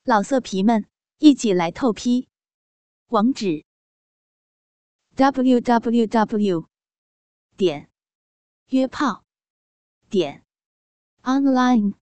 老色皮们，一起来透批！网址 www.约炮online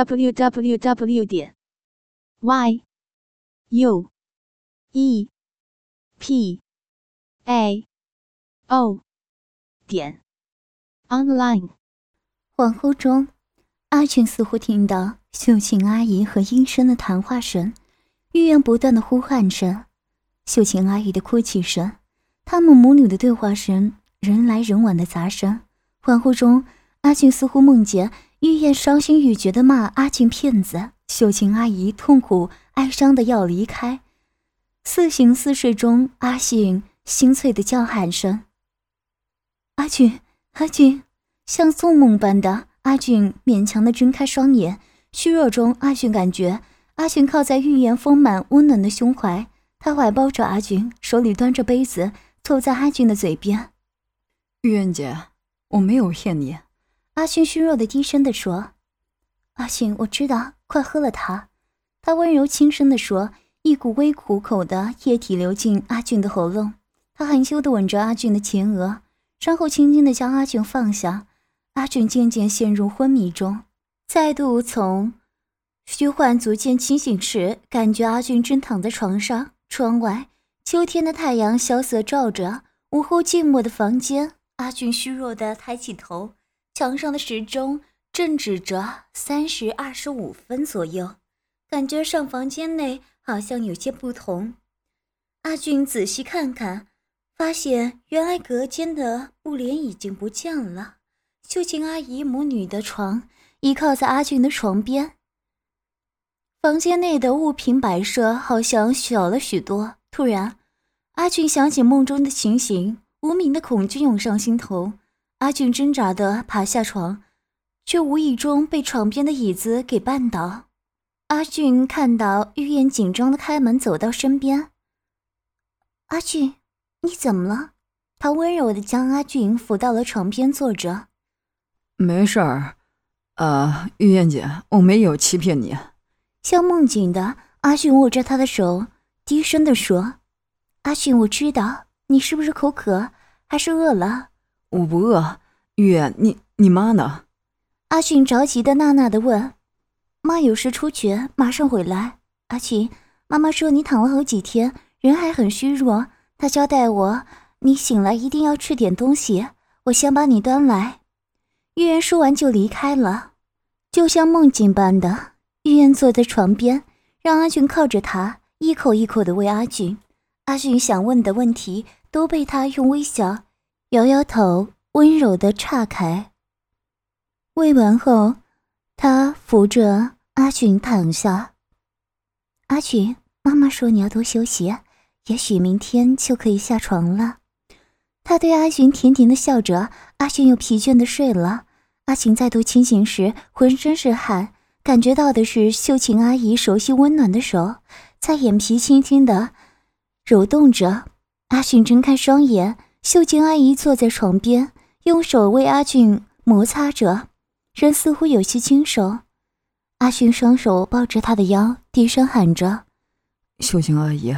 www.yuepao.online。 恍惚中，阿俊似乎听到秀琴阿姨和医生的谈话声，医院不断的呼喊声，秀琴阿姨的哭泣声，他们母女的对话声，人来人往的杂声。恍惚中，阿俊似乎梦见医院伤心欲绝的骂阿俊骗子，秀琴阿姨痛苦哀伤的要离开。似醒似睡中，阿俊心碎的叫喊声：阿俊，阿俊！像做梦般的阿俊勉强地睁开双眼，虚弱中，阿俊感觉阿俊靠在玉颜丰满温暖的胸怀，他怀抱着阿俊，手里端着杯子，凑在阿俊的嘴边。 玉颜姐，我没有骗你。 阿俊虚弱地低声地说。阿俊，我知道，快喝了它。他温柔轻声地说，一股微苦口的液体流进阿俊的喉咙，他含羞地吻着阿俊的前额，然后轻轻地将阿俊放下。阿俊渐渐陷入昏迷中，再度从虚幻逐渐清醒时，感觉阿俊正躺在床上，窗外秋天的太阳萧瑟照着午后静默的房间。阿俊虚弱地抬起头，墙上的时钟正指着3时25分左右，感觉上房间内好像有些不同。阿俊仔细看看，发现原来隔间的布帘已经不见了。秀琴阿姨母女的床依靠在阿俊的床边，房间内的物品摆设好像小了许多。突然，阿俊想起梦中的情形，无名的恐惧涌上心头。阿俊挣扎地爬下床，却无意中被床边的椅子给绊倒。阿俊看到玉燕紧张地开门走到身边。阿俊，你怎么了？他温柔地将阿俊扶到了床边坐着。 没事儿，玉燕姐，我没有欺骗你。 像梦境的阿俊握着他的手，低声地说：阿俊，我知道你是不是口渴，还是饿了？ 我不饿。玉燕，你妈呢？ 阿俊着急的呐呐地问。妈有事出去，马上回来。阿俊，妈妈说你躺了好几天，人还很虚弱，她交代我你醒来一定要吃点东西，我先把你端来。玉燕说完就离开了，就像梦境般的。玉燕坐在床边，让阿俊靠着她，一口一口地喂阿俊。阿俊想问的问题都被她用微笑摇摇头，温柔地岔开。喂完后，她扶着阿俊躺下。阿俊，妈妈说你要多休息，也许明天就可以下床了。他对阿俊甜甜地笑着，阿俊又疲倦地睡了。阿俊再度清醒时，浑身是汗，感觉到的是秀琴阿姨熟悉温暖的手，在眼皮轻轻地揉动着。阿俊睁开双眼，秀琴阿姨坐在床边，用手为阿俊摩擦着，人似乎有些轻瘦。阿俊双手抱着她的腰，低声喊着： 秀琴阿姨，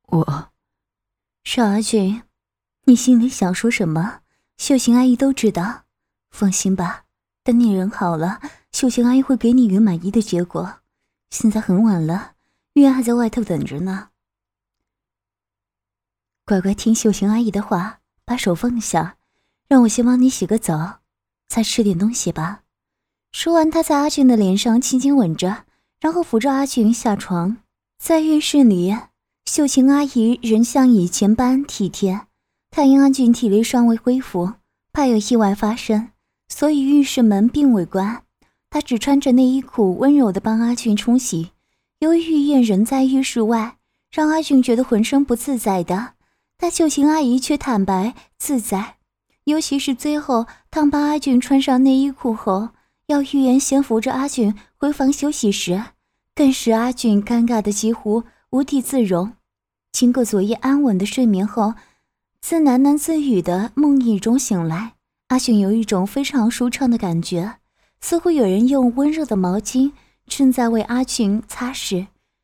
是阿俊。你心里想说什么，秀琴阿姨都知道。放心吧，等你人好了，秀琴阿姨会给你一个满意的结果。现在很晚了，玉燕还在外头等着呢。乖乖听秀琴阿姨的话，把手放下，让我先帮你洗个澡，再吃点东西吧。说完，她在阿俊的脸上轻轻吻着，然后扶着阿俊下床。在浴室里，秀琴阿姨仍像以前般体贴。她因阿俊体力尚未恢复，怕有意外发生，所以浴室门并未关。她只穿着内衣裤，温柔地帮阿俊冲洗。由于玉燕人在浴室外，让阿俊觉得浑身不自在的，但秀琴阿姨却坦白自在。尤其是最后，当帮阿俊穿上内衣裤后，要玉燕先扶着阿俊回房休息时，更使阿俊尴尬的几乎无地自容。经过昨夜安稳的睡眠后，自喃喃自语的梦呓中醒来，阿俊有一种非常舒畅的感觉，似乎有人用温热的毛巾正在为阿俊擦拭，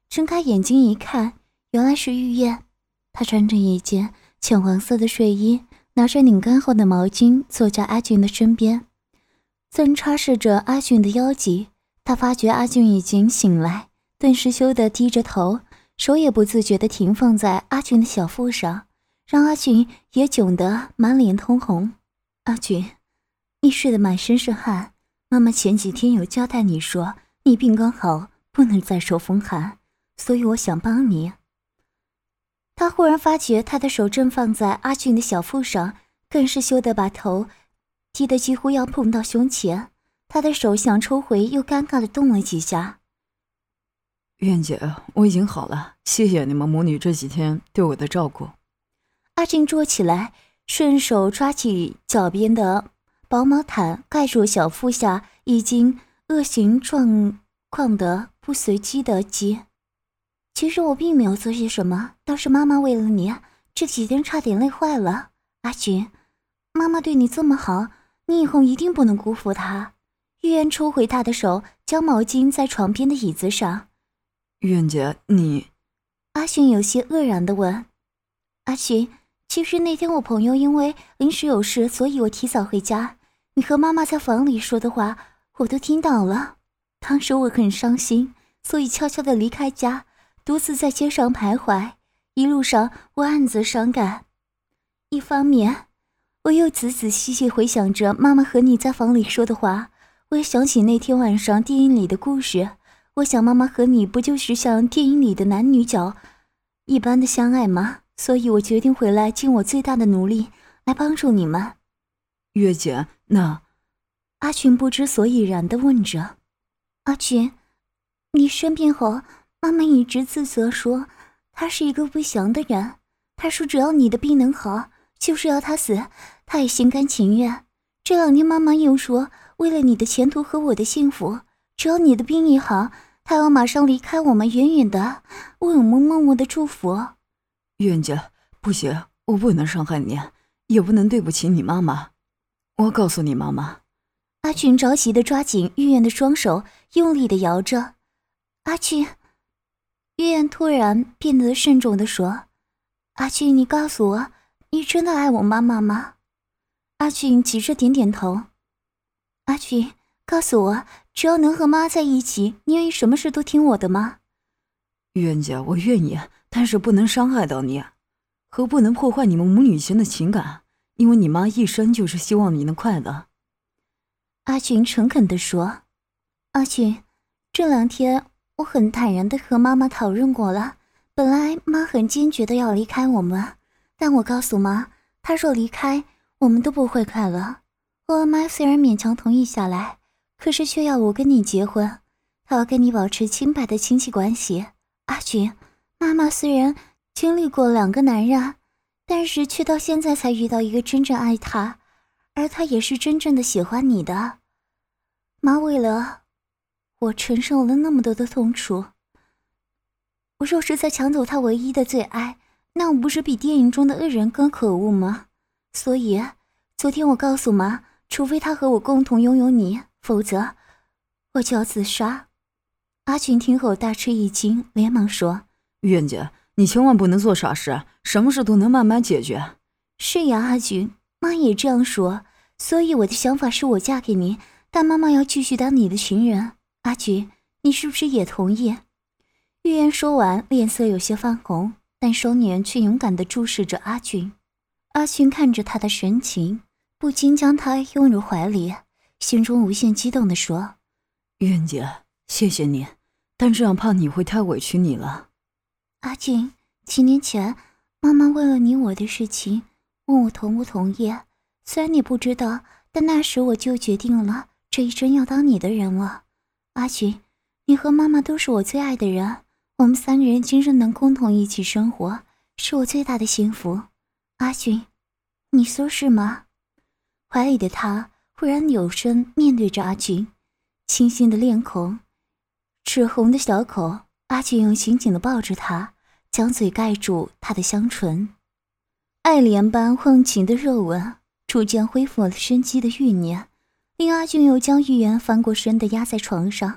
睁开眼睛一看，原来是玉燕。她穿着一件浅黄色的睡衣，拿着拧干后的毛巾坐在阿俊的身边，正擦拭着阿俊的腰脊。她发觉阿俊已经醒来，顿时羞得低着头，手也不自觉地停放在阿俊的小腹上，让阿俊也窘得满脸通红。阿俊，你睡得满身是汗，妈妈前几天有交代你说你病刚好，不能再受风寒，所以我想帮你。他忽然发觉他的手正放在阿俊的小腹上，更是羞得把头低得几乎要碰到胸前。他的手想抽回，又尴尬地动了几下。 苑姐，我已经好了，谢谢你们母女这几天对我的照顾。 阿俊坐起来，顺手抓起脚边的薄毛毯，盖住小腹下已经恶形状况的不随机的鸡。其实我并没有做些什么，倒是妈妈为了你，这几天差点累坏了。阿俊，妈妈对你这么好，你以后一定不能辜负她。玉燕抽回他的手，将毛巾在床边的椅子上。 苑姐，你…… 阿俊有些愕然地问。阿俊，其实那天我朋友因为临时有事，所以我提早回家。你和妈妈在房里说的话，我都听到了。当时我很伤心，所以悄悄地离开家，独自在街上徘徊。一路上我暗自伤感，一方面我又仔仔细细回想着妈妈和你在房里说的话，我也想起那天晚上电影里的故事。我想妈妈和你不就是像电影里的男女角一般的相爱吗？所以我决定回来尽我最大的努力来帮助你们。 月姐，那…… 阿群不知所以然地问着。阿群，你生病后，妈妈一直自责说她是一个不祥的人，她说只要你的病能好，就是要她死，她也心甘情愿。这2天妈妈又说，为了你的前途和我的幸福，只要你的病一好，她要马上离开我们，远远的为我们默默的祝福。 苑姐，不行，我不能伤害你，也不能对不起你妈妈。我告诉你妈妈。 阿群着急地抓紧玉燕的双手，用力地摇着。阿群，玉燕突然变得慎重地说：“阿群，你告诉我，你真的爱我妈妈吗？”阿群急着点点头。阿群，告诉我，只要能和妈在一起，你愿意什么事都听我的吗？ 苑姐，我愿意，但是不能伤害到你，和不能破坏你们母女间的情感，因为你妈一生就是希望你能快乐。 阿群诚恳地说。阿群，这2天我很坦然地和妈妈讨论过了，本来妈很坚决地要离开我们，但我告诉妈，她若离开，我们都不会快乐。我妈虽然勉强同意下来，可是却要我跟你结婚，她要跟你保持清白的亲戚关系。阿群，妈妈虽然经历过2个男人，但是却到现在才遇到一个真正爱她，而她也是真正的喜欢你的。妈为了我承受了那么多的痛楚，我若是再抢走她唯一的最爱，那我不是比电影中的恶人更可恶吗？所以昨天我告诉妈，除非她和我共同拥有你，否则我就要自杀。阿群听后大吃一惊，连忙说：“ 苑姐，你千万不能做傻事，什么事都能慢慢解决。” 是呀，阿群，妈也这样说，所以我的想法是我嫁给你，但妈妈要继续当你的情人。阿群，你是不是也同意？玉燕说完，脸色有些泛红，但双眼却勇敢地注视着阿群。阿群看着她的神情，不禁将她拥入怀里，心中无限激动地说：“ 苑姐，谢谢你，但这样怕你会太委屈你了。” 阿群，几年前妈妈为了你我的事情问我同不同意，虽然你不知道，但那时我就决定了这一生要当你的人了。阿群，你和妈妈都是我最爱的人，我们3个人今生能共同一起生活，是我最大的幸福。阿群，你说是吗？怀里的他忽然扭身面对着阿群，清新的脸孔，赤红的小口，阿群又紧紧地抱着他，将嘴盖住他的香唇。爱莲般忘情的热吻逐渐恢复了生机的欲念，令阿俊又将玉颜翻过身的压在床上。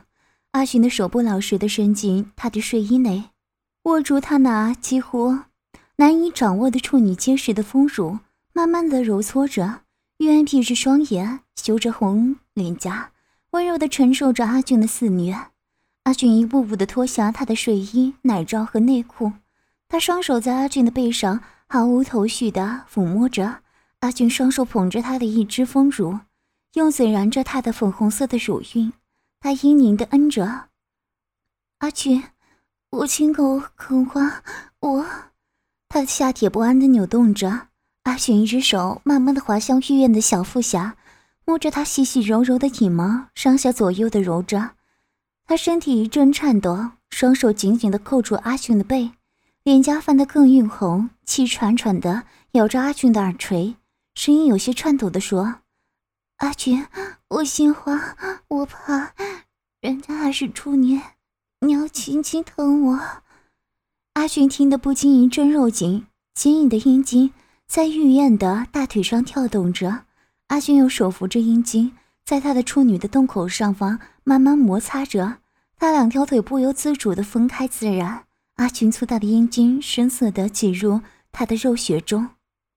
阿寻的手不老实地伸进他的睡衣内，握住他那几乎难以掌握的处女结实的丰乳，慢慢地揉搓着。玉安闭着双眼，羞着红脸颊，温柔地承受着阿俊的肆虐。阿俊一步步地脱下他的睡衣、奶罩和内裤，他双手在阿俊的背上毫无头绪地抚摸着。阿俊双手捧着他的一只丰乳，用嘴燃着他的粉红色的乳晕。他嘤咛地嗯着：“阿俊，我亲口渴望我。”他的下体不安地扭动着。阿俊一只手慢慢地滑向玉燕的小腹下，摸着她细细柔柔的体毛，上下左右地揉着。他身体一阵颤抖，双手紧紧地扣住阿俊的背，脸颊泛得更晕红，气喘喘地咬着阿俊的耳垂，声音有些颤抖地说：“阿俊，我心慌，我怕人家还是处女，你要轻轻疼我。”阿俊听得不禁一阵肉紧，坚硬的阴茎在玉燕的大腿上跳动着。阿俊用手扶着阴茎，在她的处女的洞口上方慢慢摩擦着，他两条腿不由自主地分开自然。阿俊粗大的阴茎深色地挤入他的肉穴中。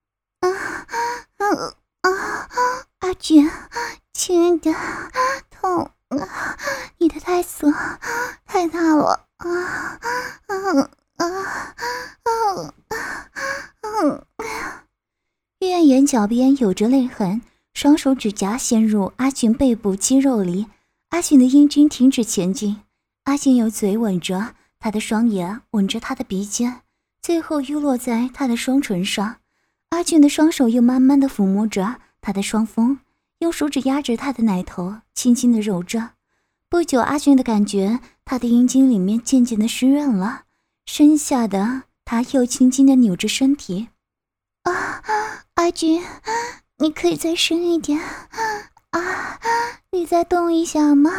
阿俊，轻一点，痛，你的胎色太大了。玉燕眼角边有着泪痕，双手指甲陷入阿俊背部肌肉里。阿俊的阴茎停止前进，阿俊用嘴吻着他的双眼，吻着他的鼻尖，最后又落在他的双唇上。阿俊的双手又慢慢地抚摸着他的双峰，用手指压着他的奶头，轻轻地揉着。不久，阿俊的感觉他的阴茎里面渐渐地湿润了，身下的他又轻轻地扭着身体。阿俊，你可以再深一点你再动一下吗？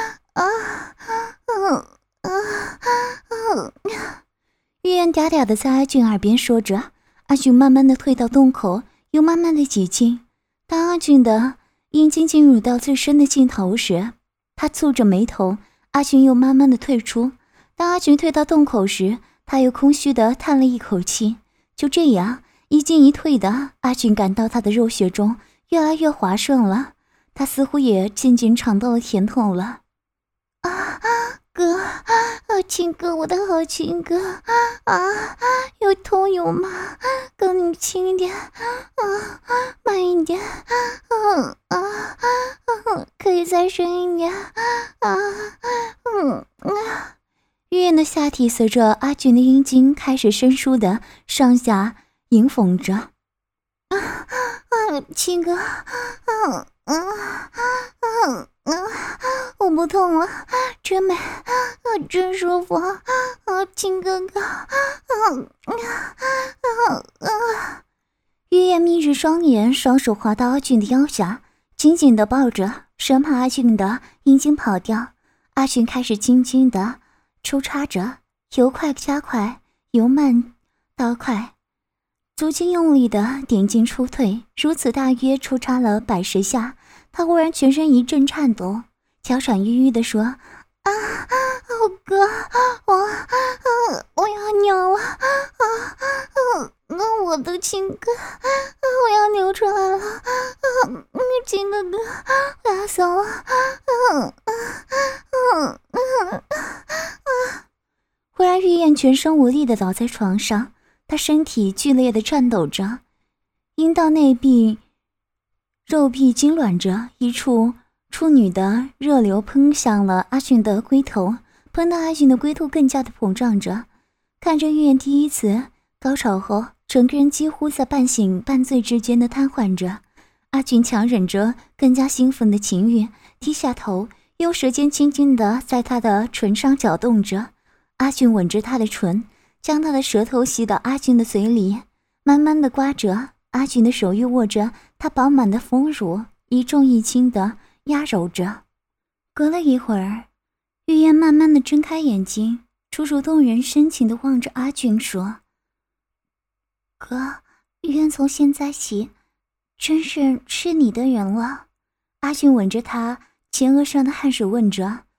玉燕嗲嗲的在阿俊耳边说着。阿俊慢慢的退到洞口，又慢慢的挤进。当阿俊的阴茎进入到最深的尽头时，他蹙着眉头。阿俊又慢慢的退出。当阿俊退到洞口时，他又空虚的叹了一口气。就这样一进一退的，阿俊感到他的肉穴中越来越滑顺了，他似乎也渐渐尝到了甜头了。哥，亲哥，我的好亲哥有痛有麻，哥你轻一点慢一点可以再深一点玉燕的下体随着阿俊的阴茎开始生疏的上下迎缝着。亲哥，我不痛了，真美，真舒服亲哥哥。玉燕眯着双眼，双手滑到阿俊的腰下，紧紧地抱着，生怕阿俊的阴茎跑掉。阿俊开始轻轻地抽插着，由快加快，由慢到快，足劲用力的点进出退，如此大约抽插了110下。他忽然全身一阵颤抖，娇喘吁吁地说：“哥，我要扭了我的亲哥，我要扭出来了亲哥哥，我要死了忽然玉燕全身无力地倒在床上，她身体剧烈地颤抖着，阴道内壁肉壁痉挛着，一处处女的热流喷向了阿俊的龟头，喷到阿俊的龟头更加的膨胀着。看着玉燕第一次高潮后，整个人几乎在半醒半醉之间的瘫痪着。阿俊强忍着更加兴奋的情欲，低下头，用舌尖轻轻地在她的唇上搅动着。阿俊吻着她的唇，将她的舌头吸到阿俊的嘴里，慢慢地刮着。阿俊的手又握着她饱满的丰乳，一重一轻地压揉着。隔了一会儿，玉燕慢慢地睁开眼睛，楚楚动人深情地望着阿俊说：“哥，玉燕从现在起真是你的人了。”阿俊吻着她前额上的汗水问着：“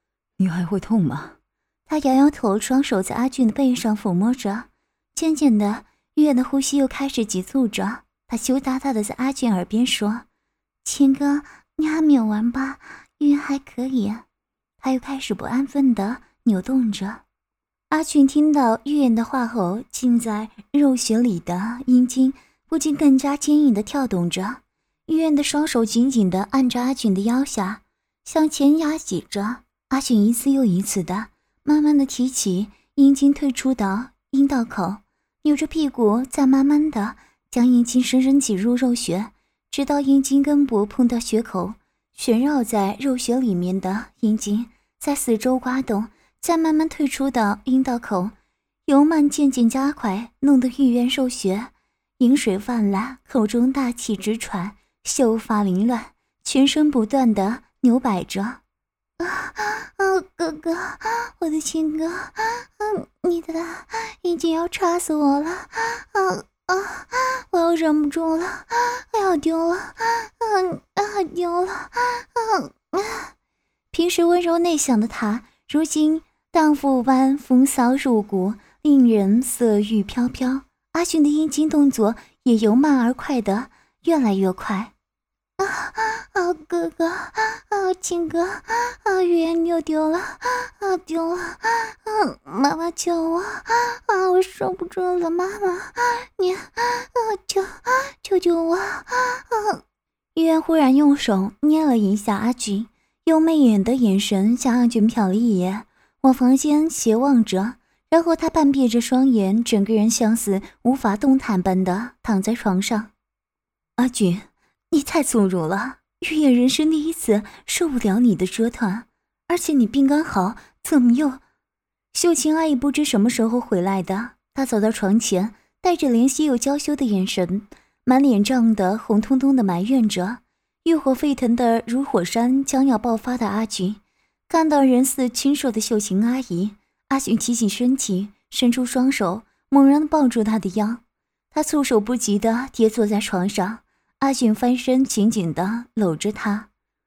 你还会痛吗？ 他摇摇头，双手在阿俊的背上抚摸着。渐渐的，玉燕的呼吸又开始急促着。他羞答答的在阿俊耳边说：“秦哥，你还没有完吧？玉燕还可以。”他又开始不安分的扭动着。阿俊听到玉燕的话后，浸在肉血里的阴茎不禁更加坚硬的跳动着。玉燕的双手紧紧地按着阿俊的腰下，向前压挤着。阿俊一次又一次的慢慢的提起阴茎退出到阴道口，扭着屁股再慢慢的将阴茎深深挤入肉穴，直到阴茎根部碰到穴口，旋绕在肉穴里面的阴茎在四周刮动，再慢慢退出到阴道口，由慢渐渐加快，弄得玉燕受穴，饮水泛滥，口中大气直喘，秀发凌乱，全身不断的扭摆着。哥哥，我的亲哥，你的已经要插死我了，我要忍不住了，要丢了，丢了，平时温柔内向的他，如今荡妇般风骚入骨，令人色欲飘飘。阿俊的阴茎动作也由慢而快的越来越快。哥哥，亲哥，玉燕又丢了，丢了，妈妈救我，我受不住了，妈妈，你，救救我！玉燕忽然用手捏了一下阿俊，用媚眼的眼神向阿俊瞟了一眼，往房间斜望着，然后他半闭着双眼，整个人像似无法动弹般的躺在床上。阿俊，你太粗鲁了，玉燕人生第一次受不了你的折腾，而且你病刚好，怎么又……秀琴阿姨不知什么时候回来的，她走到床前，带着怜惜又娇羞的眼神，满脸涨得红彤彤的埋怨着。欲火沸腾的如火山将要爆发的阿俊，看到人似禽兽的秀琴阿姨，阿俊提起身体，伸出双手，猛然抱住她的腰，他措手不及地跌坐在床上。阿俊翻身紧紧地搂着她。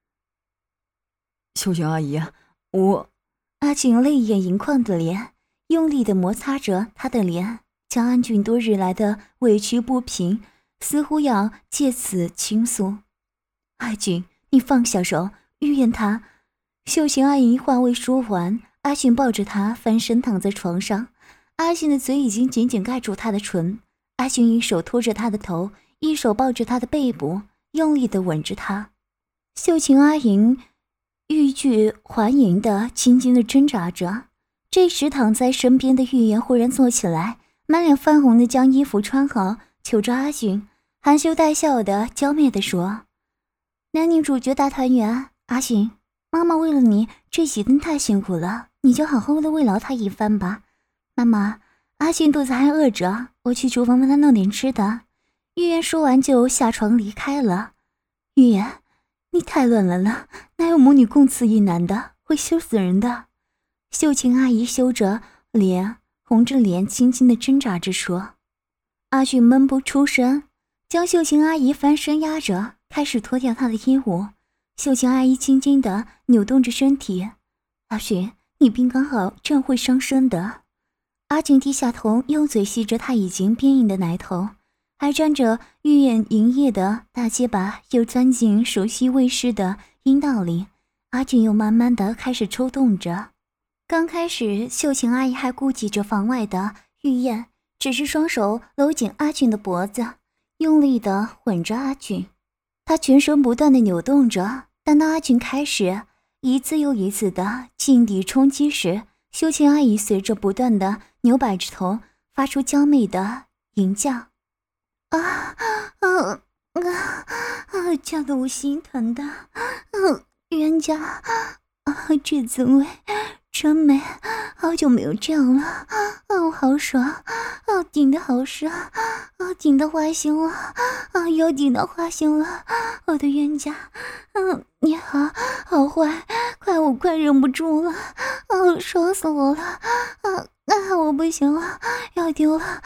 秀琴阿姨，我…… 阿俊泪眼盈眶的脸用力地摩擦着她的脸，将阿俊多日来的委屈不平似乎要借此倾诉。阿俊，你放下手，玉燕她……秀琴阿姨话未说完，阿俊抱着她翻身躺在床上，阿俊的嘴已经紧紧盖住她的唇。阿俊一手托着她的头，一手抱着她的背部，用力地吻着她。秀琴阿姨欲拒还迎的轻轻地挣扎着。这时躺在身边的玉燕忽然坐起来，满脸泛红的将衣服穿好，求着阿俊，含羞带笑的娇媚地说：“男女主角大团圆，阿俊，妈妈为了你这几天太辛苦了，你就好好的慰劳她一番吧。妈妈，阿俊肚子还饿着，我去厨房帮他弄点吃的。”玉燕说完就下床离开了。玉燕，你太乱来了，哪有母女共侍一男的，会羞死人的。秀琴阿姨羞着脸，红着脸，轻轻地挣扎着说。阿俊闷不出声，将秀琴阿姨翻身压着，开始脱掉她的衣物。秀琴阿姨轻轻地扭动着身体。阿俊，你病刚好，这样会伤身的。阿俊低下头，用嘴吸着她已经变硬的奶头，还沾着玉燕营液的大结巴又钻进熟悉未湿的阴道里。阿俊又慢慢地开始抽动着。刚开始秀琴阿姨还顾及着房外的玉燕，只是双手搂紧阿俊的脖子，用力地吻着阿俊。她全身不断地扭动着，但当阿俊开始一次又一次的劲敌冲击时，秀琴阿姨随着不断的扭摆着头，发出娇媚的吟叫。叫得我心疼的，冤家，这滋味真美，好久没有这样了，我好爽，顶得好爽，顶得花心了，又顶到花心了，我的冤家，你好坏，我快忍不住了，爽死我了，我不行了，要丢了，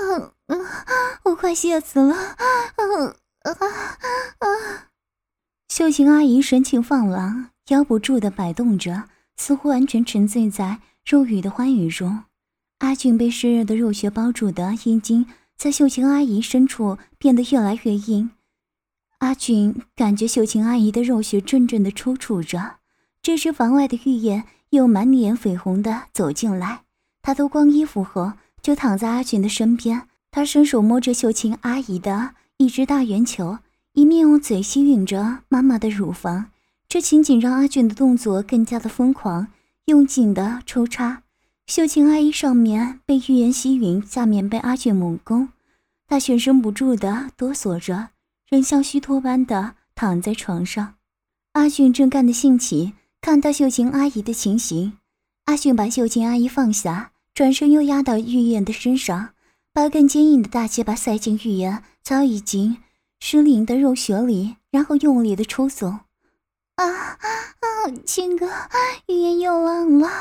我快歇死了！ 秀琴阿姨神情放浪，腰不住地摆动着，似乎完全沉醉在肉欲的欢愉中。阿俊被湿热的肉穴包住的阴茎在秀琴阿姨深处变得越来越硬。阿俊感觉秀琴阿姨的肉穴阵阵地抽搐着，这时房外的玉燕又满脸绯红地走进来，她脱光衣服后就躺在阿俊的身边，她伸手摸着秀琴阿姨的一只大圆球，一面用嘴吸吮着妈妈的乳房。这情景让阿俊的动作更加的疯狂，用劲的抽插。秀琴阿姨上面被玉燕吸吮，下面被阿俊猛攻，她全身不住的哆嗦着，人像虚脱般的躺在床上。阿俊正干得兴起，看到秀琴阿姨的情形，阿俊把秀琴阿姨放下，转身又压到玉燕的身上，把更坚硬的大鸡巴塞进玉燕早已经失灵的肉穴里，然后用力的抽耸。亲哥，玉燕又浪了，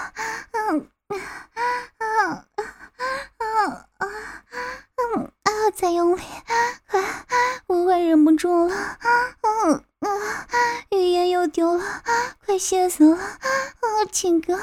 再用力，我快忍不住了，玉燕又丢了，快歇死了，亲哥，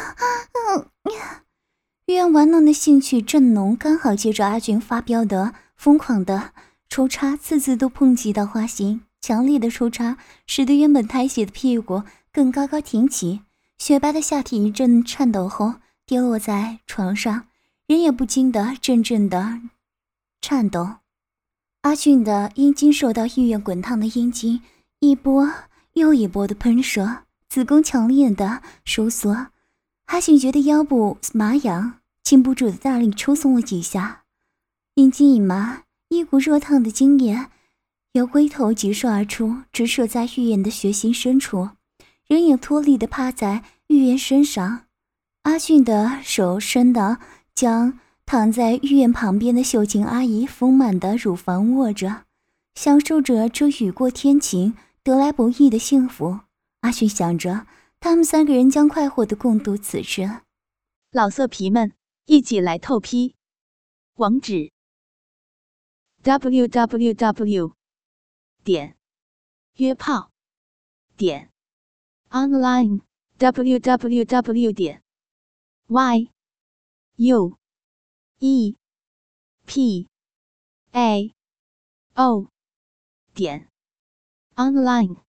玉燕玩弄的兴趣正浓，刚好接着阿俊发飙的疯狂的抽插，次次都碰击到花心，强烈的抽插使得原本抬起的屁股更高高挺起，雪白的下体一阵颤抖后跌落在床上，人也不禁的阵阵的颤抖。阿俊的阴茎受到玉燕滚烫的阴茎一波又一波的喷射，子宫强烈的收缩，阿俊觉得腰部麻痒，禁不住的大力抽松了几下，阴茎一麻，一股热烫的精液由龟头急射而出，直射在玉燕的穴心深处，人也脱力的趴在玉燕身上。阿俊的手伸到将躺在玉燕旁边的秀琴阿姨丰满的乳房握着，享受着这雨过天晴得来不易的幸福。阿俊想着他们三个人将快活的共度此生。 老色皮们，一起来透批！网址 www.约炮.online www.yuepao.online